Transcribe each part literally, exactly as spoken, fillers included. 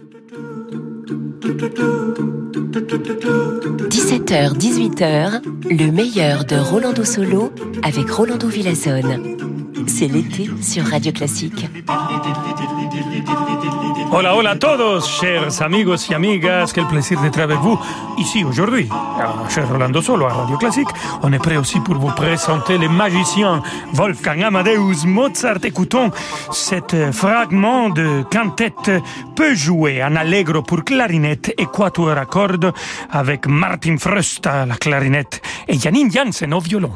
dix-sept heures dix-huit heures, le meilleur de Rolando Solo avec Rolando Villazone. C'est l'été sur Radio Classique. Hola, hola a todos, chers amigos y amigas, quel plaisir d'être avec vous ici aujourd'hui. Ah, cher Rolando Solo à Radio Classique, on est prêt aussi pour vous présenter les magiciens Wolfgang Amadeus Mozart. Écoutons cet fragment de quintette peu joué en allegro pour clarinette et quatuor à cordes avec Martin Fröst à la clarinette et Janine Jansen au violon.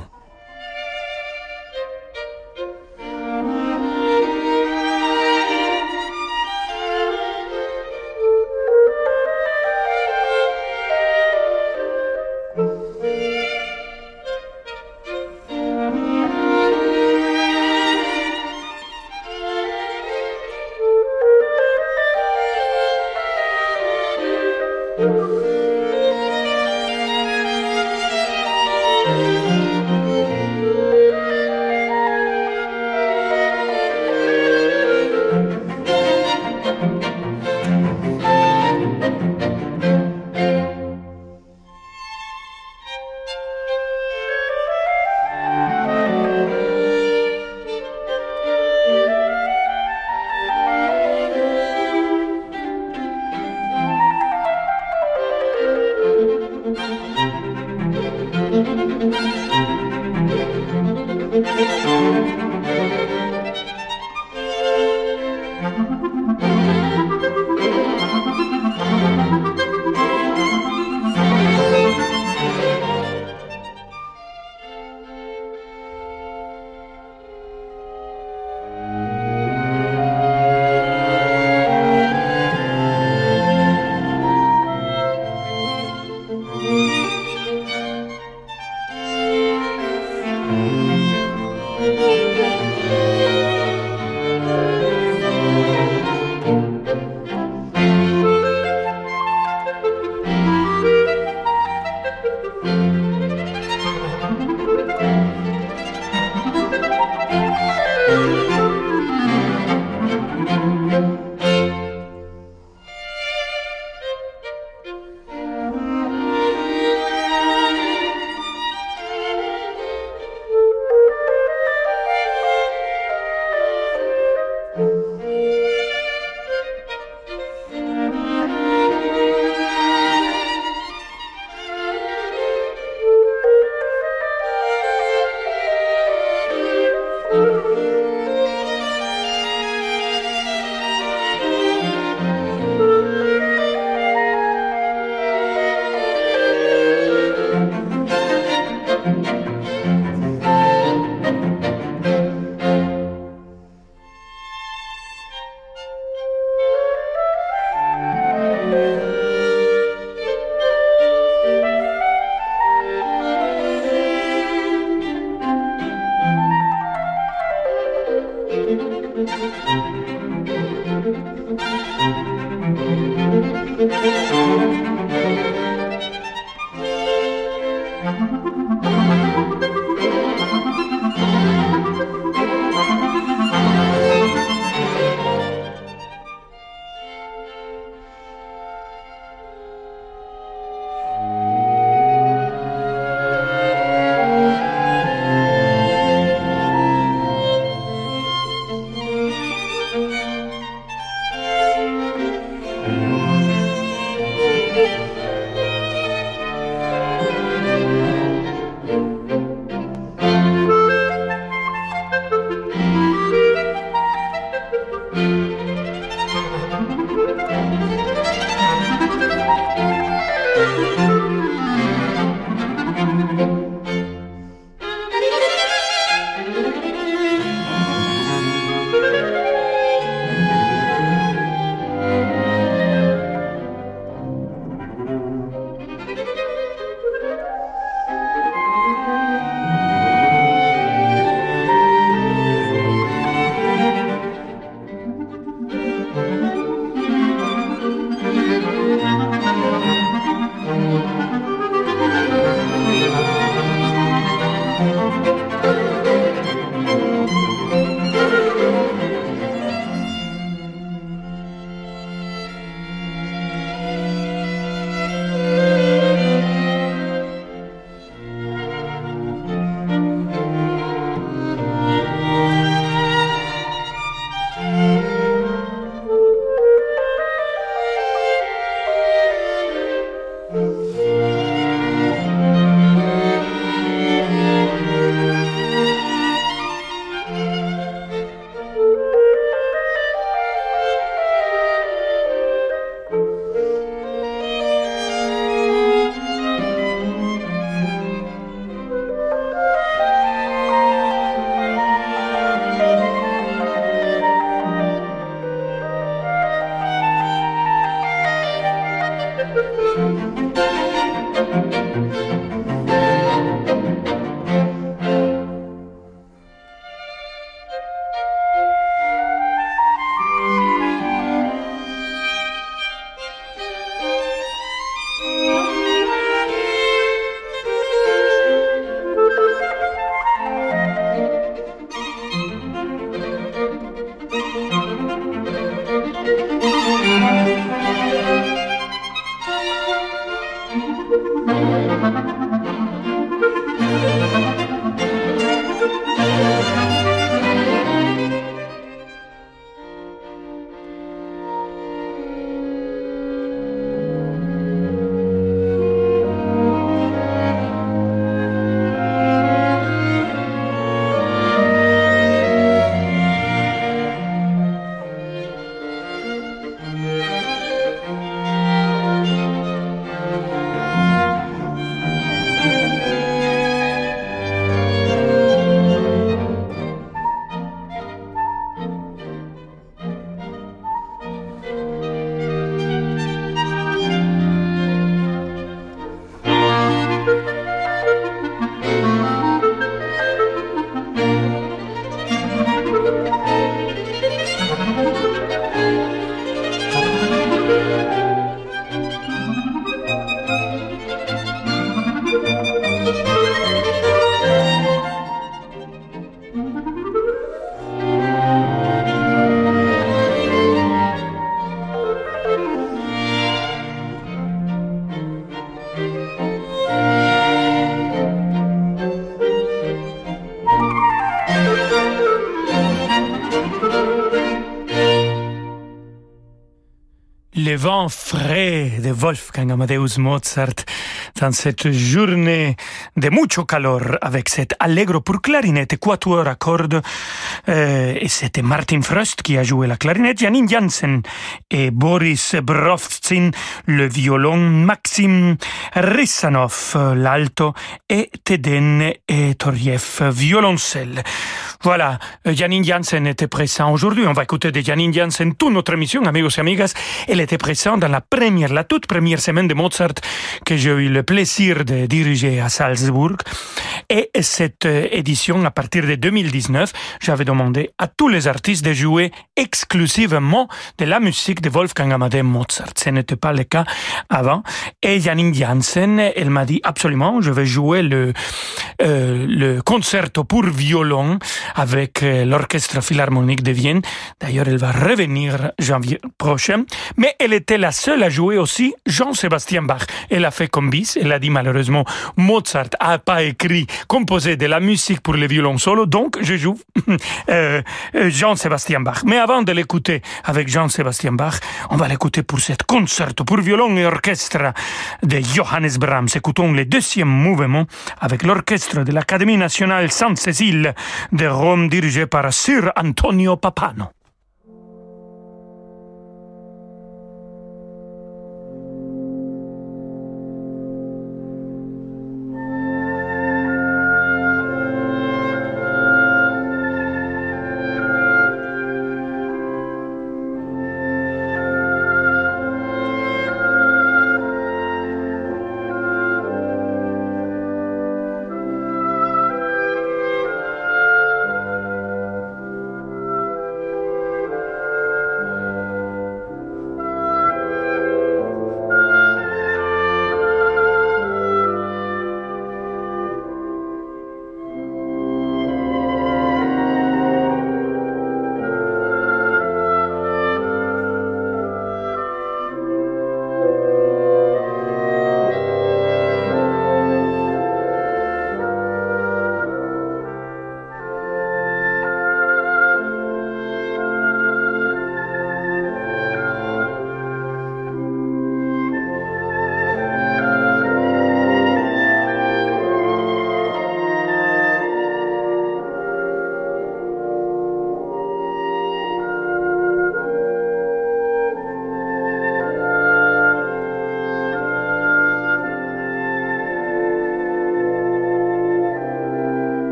Le vent frais de Wolfgang Amadeus Mozart dans cette journée de mucho calor avec cet allegro pour clarinette et quatuor à cordes. Euh, et c'était Martin Frost qui a joué la clarinette, Janine Jansen et Boris Brovtsin le violon, Maxim Rissanov l'alto et Teden et Toriev violoncelle. Voilà, Janine Jansen était présent aujourd'hui. On va écouter de Janine Jansen toute notre émission, amigos et amigas. Elle était présente dans la première, la toute première semaine de Mozart que j'ai eu le plaisir de diriger à Salzbourg. Et cette édition, à partir de deux mille dix-neuf, j'avais demandé à tous les artistes de jouer exclusivement de la musique de Wolfgang Amadeus Mozart. Ce n'était pas le cas avant. Et Janine Jansen, elle m'a dit absolument, je vais jouer le, euh, le concerto pour violon avec l'Orchestre Philharmonique de Vienne. D'ailleurs, elle va revenir janvier prochain. Mais elle était la seule à jouer aussi Jean-Sébastien Bach. Elle a fait comme bis. Elle a dit malheureusement, Mozart n'a pas écrit, composé de la musique pour le violon solo. Donc, je joue euh, Jean-Sébastien Bach. Mais avant de l'écouter avec Jean-Sébastien Bach, on va l'écouter pour cette concerto pour violon et orchestre de Johannes Brahms. Écoutons le deuxième mouvement avec l'orchestre de l'Académie nationale Sainte-Cécile de Rome dirigé par Sir Antonio Papano.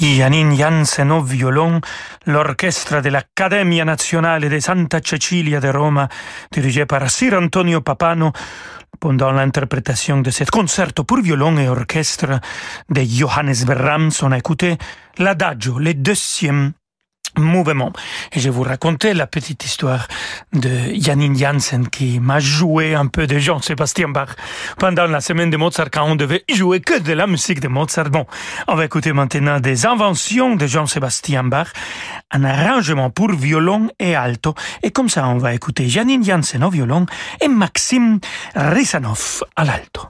Janine Jansen au violon, l'orchestre de l'Accademia Nazionale de Santa Cecilia de Roma, dirigé par Sir Antonio Papano, pendant l'interprétation de ce concerto pour violon et orchestre de Johannes Brahms. On a écouté l'Adagio, le deuxième mouvement. Et je vais vous raconter la petite histoire de Janine Jansen qui m'a joué un peu de Jean-Sébastien Bach pendant la semaine de Mozart quand on devait jouer que de la musique de Mozart. Bon, on va écouter maintenant des inventions de Jean-Sébastien Bach, un arrangement pour violon et alto. Et comme ça, on va écouter Janine Jansen au violon et Maxime Rizanov à l'alto.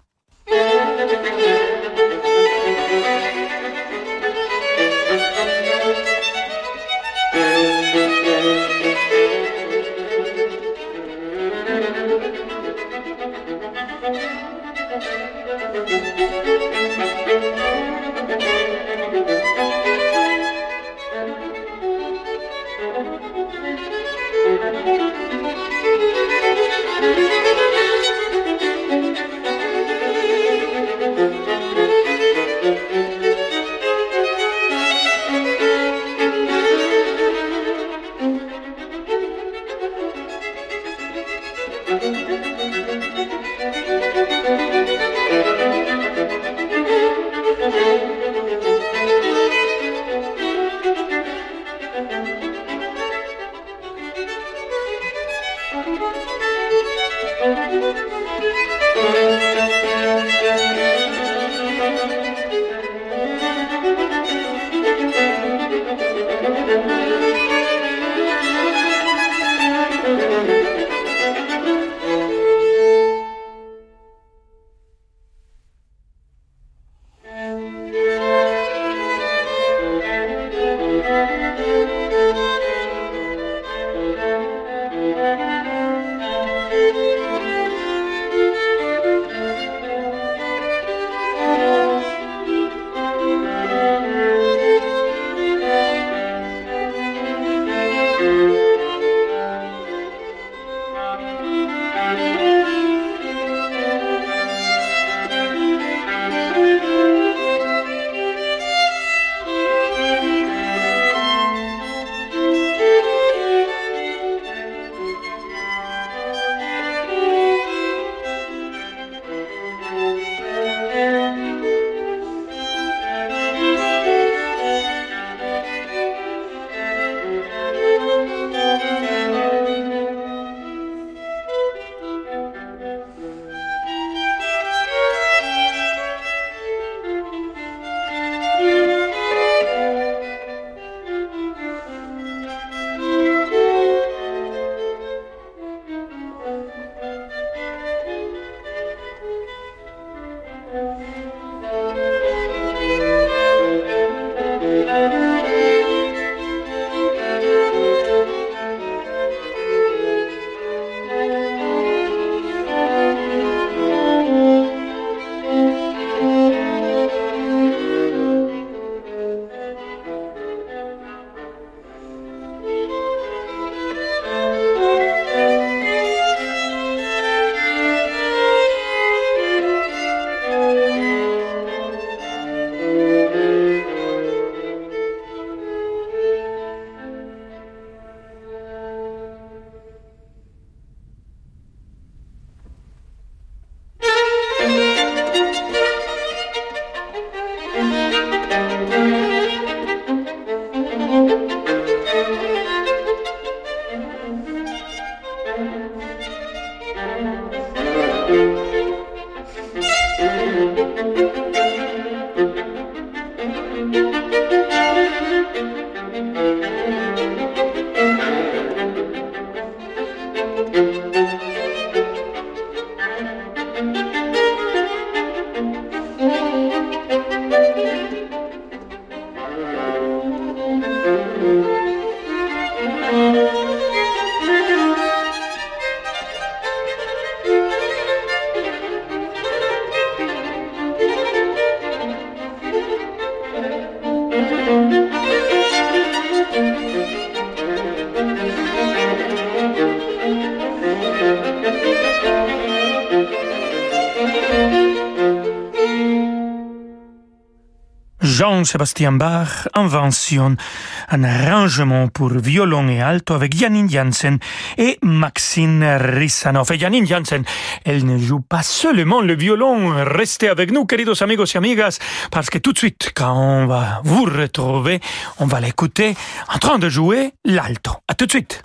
Jean-Sébastien Bach inventionne un arrangement pour violon et alto avec Janine Jansen et Maxime Rissanov. Et Janine Jansen, elle ne joue pas seulement le violon. Restez avec nous, queridos amigos y amigas, parce que tout de suite, quand on va vous retrouver, on va l'écouter en train de jouer l'alto. À tout de suite.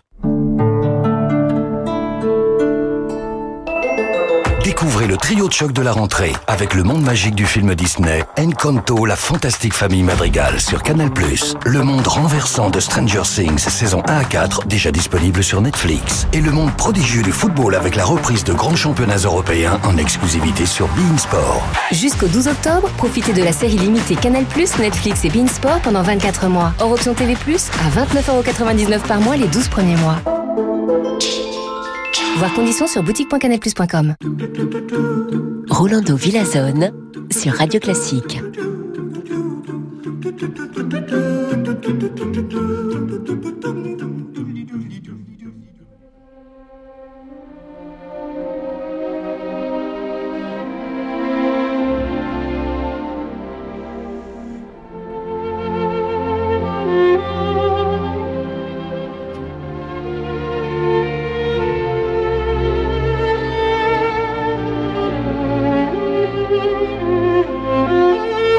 Découvrez le trio de choc de la rentrée avec le monde magique du film Disney, Encanto, la fantastique famille Madrigal sur Canal plus. Le monde renversant de Stranger Things, saison un à quatre, déjà disponible sur Netflix. Et le monde prodigieux du football avec la reprise de grands championnats européens en exclusivité sur beIN Sport. Jusqu'au douze octobre, profitez de la série limitée Canal plus, Netflix et beIN Sport pendant vingt-quatre mois. Hors option T V plus, à vingt-neuf euros quatre-vingt-dix-neuf par mois les douze premiers mois. Voir conditions sur boutique point canal plus point com. Rolando Villazone sur Radio Classique. Thank you.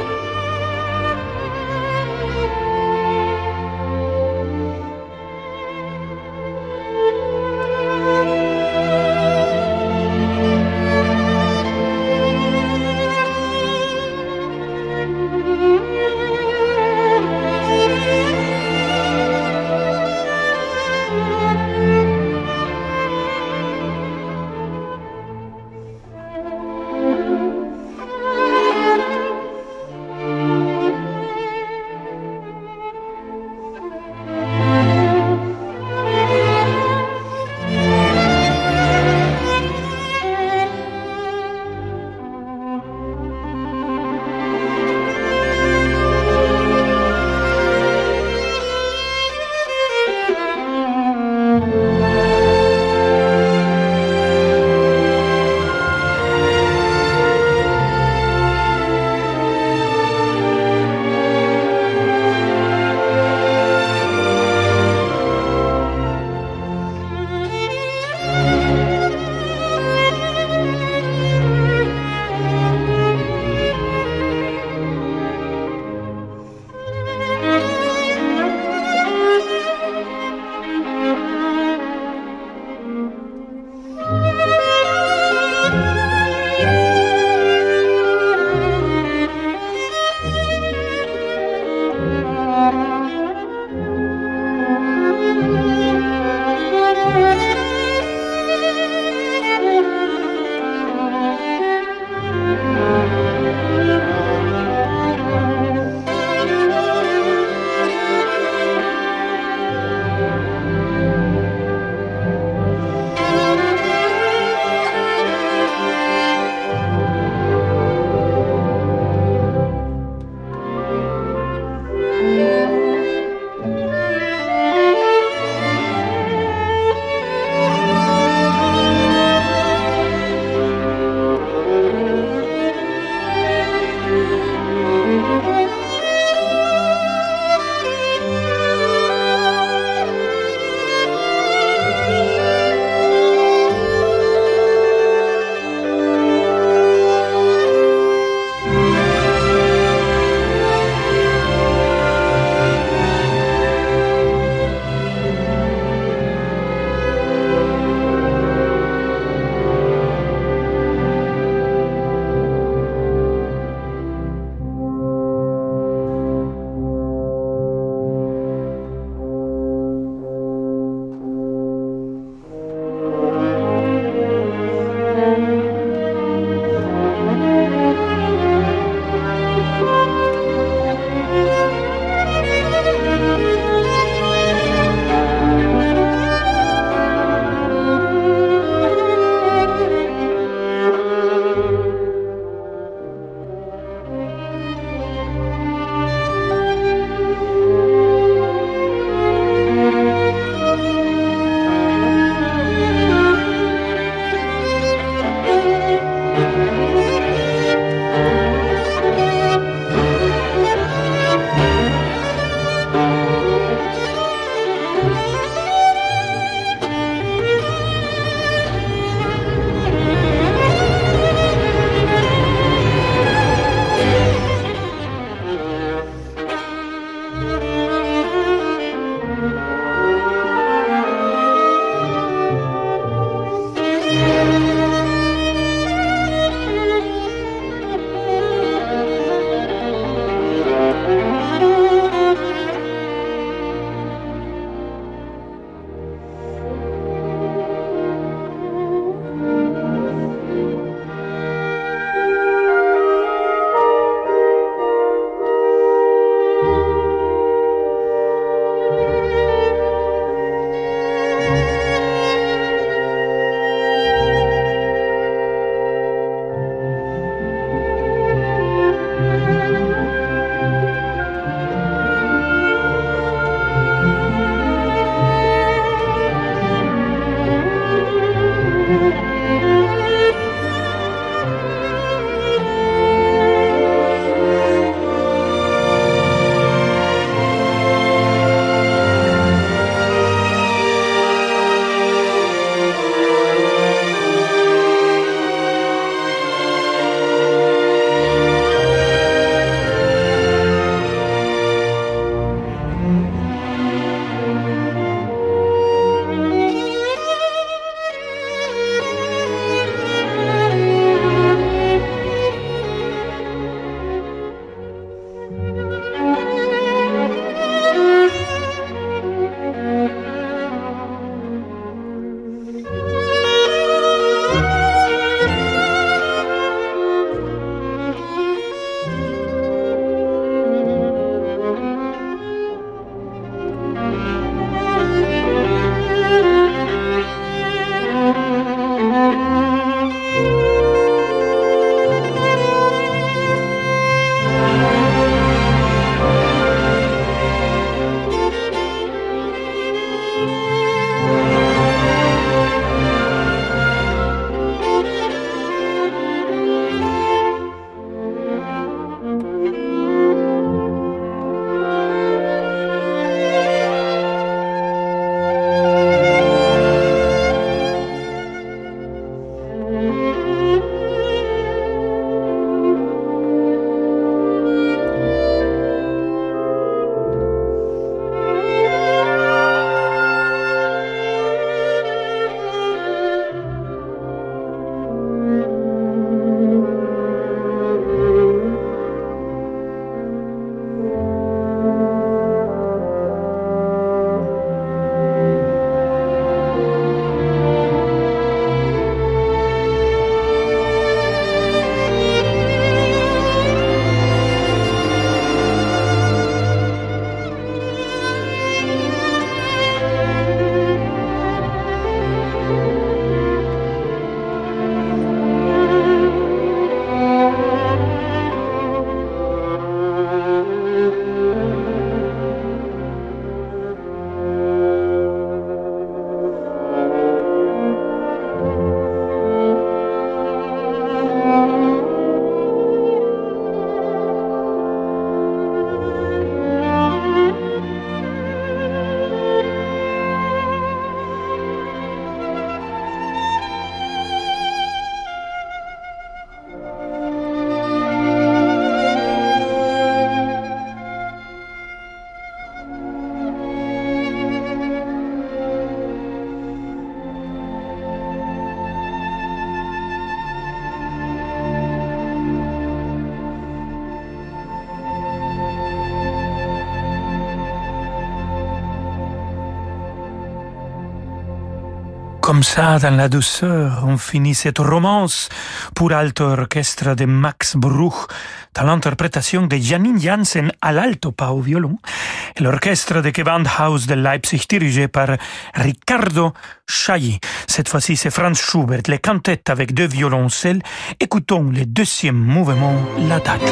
Comme ça, dans la douceur, on finit cette romance pour alto orchestre de Max Bruch, dans l'interprétation de Janine Jansen à l'alto, pas au violon, et l'orchestre de Gewandhaus de Leipzig dirigé par Riccardo Chailly. Cette fois-ci, c'est Franz Schubert, les cantates avec deux violoncelles. Écoutons le deuxième mouvement, l'adagio.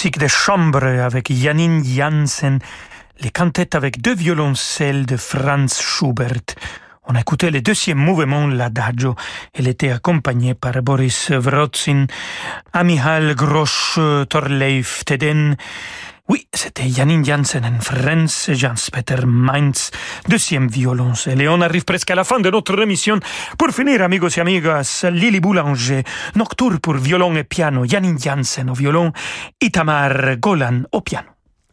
musique de chambre avec Janine Jansen, les cantates avec deux violoncelles de Franz Schubert. On a écouté le deuxième mouvement, l'Adagio. Elle était accompagnée par Boris Wrotzin, Amihal Grosch, Thorleif Teden. Oui, c'était Janine Jansen et Franz Jans-Peter Mainz, deuxième violoncelle. Et on arrive presque à la fin de notre émission. Pour finir, amigos et amigas, Lily Boulanger, Nocturne pour violon et piano, Janine Jansen au violon, Itamar Golan au piano.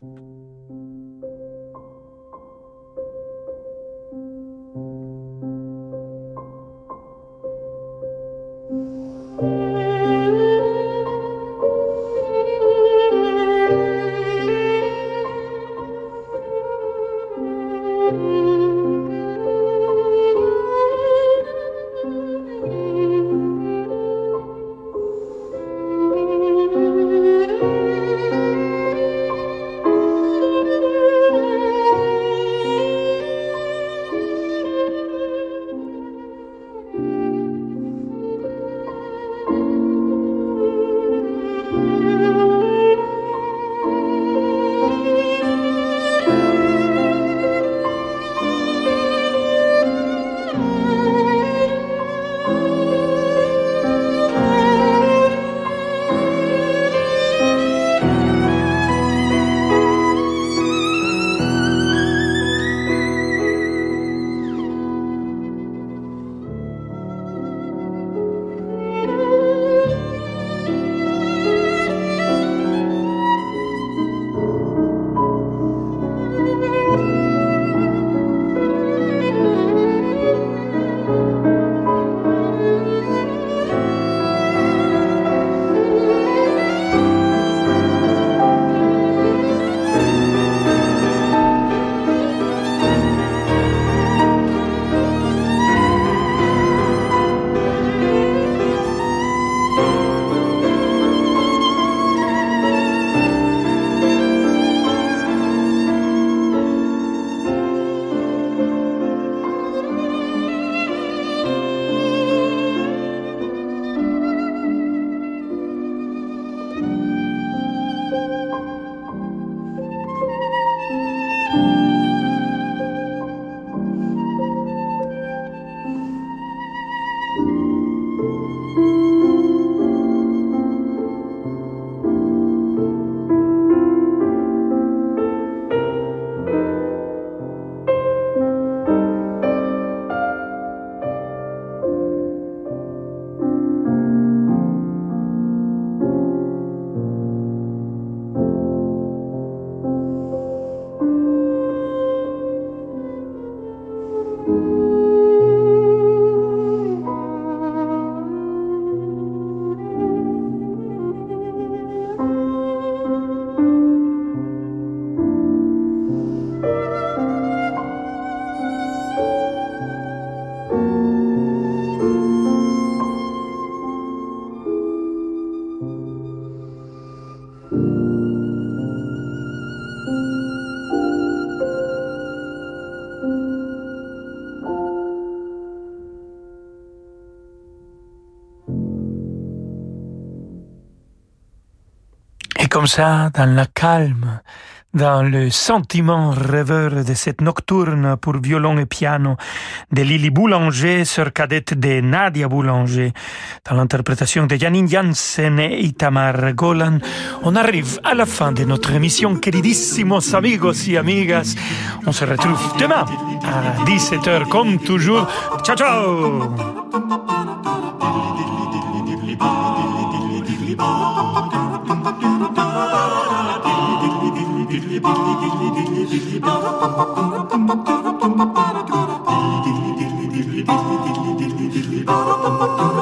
Comme ça, dans la calme, dans le sentiment rêveur de cette nocturne pour violon et piano de Lily Boulanger, sœur cadette de Nadia Boulanger, dans l'interprétation de Janine Jansen et Itamar Golan, on arrive à la fin de notre émission, queridissimos amigos y amigas. On se retrouve demain à dix-sept heures comme toujours. Ciao, ciao! Oh,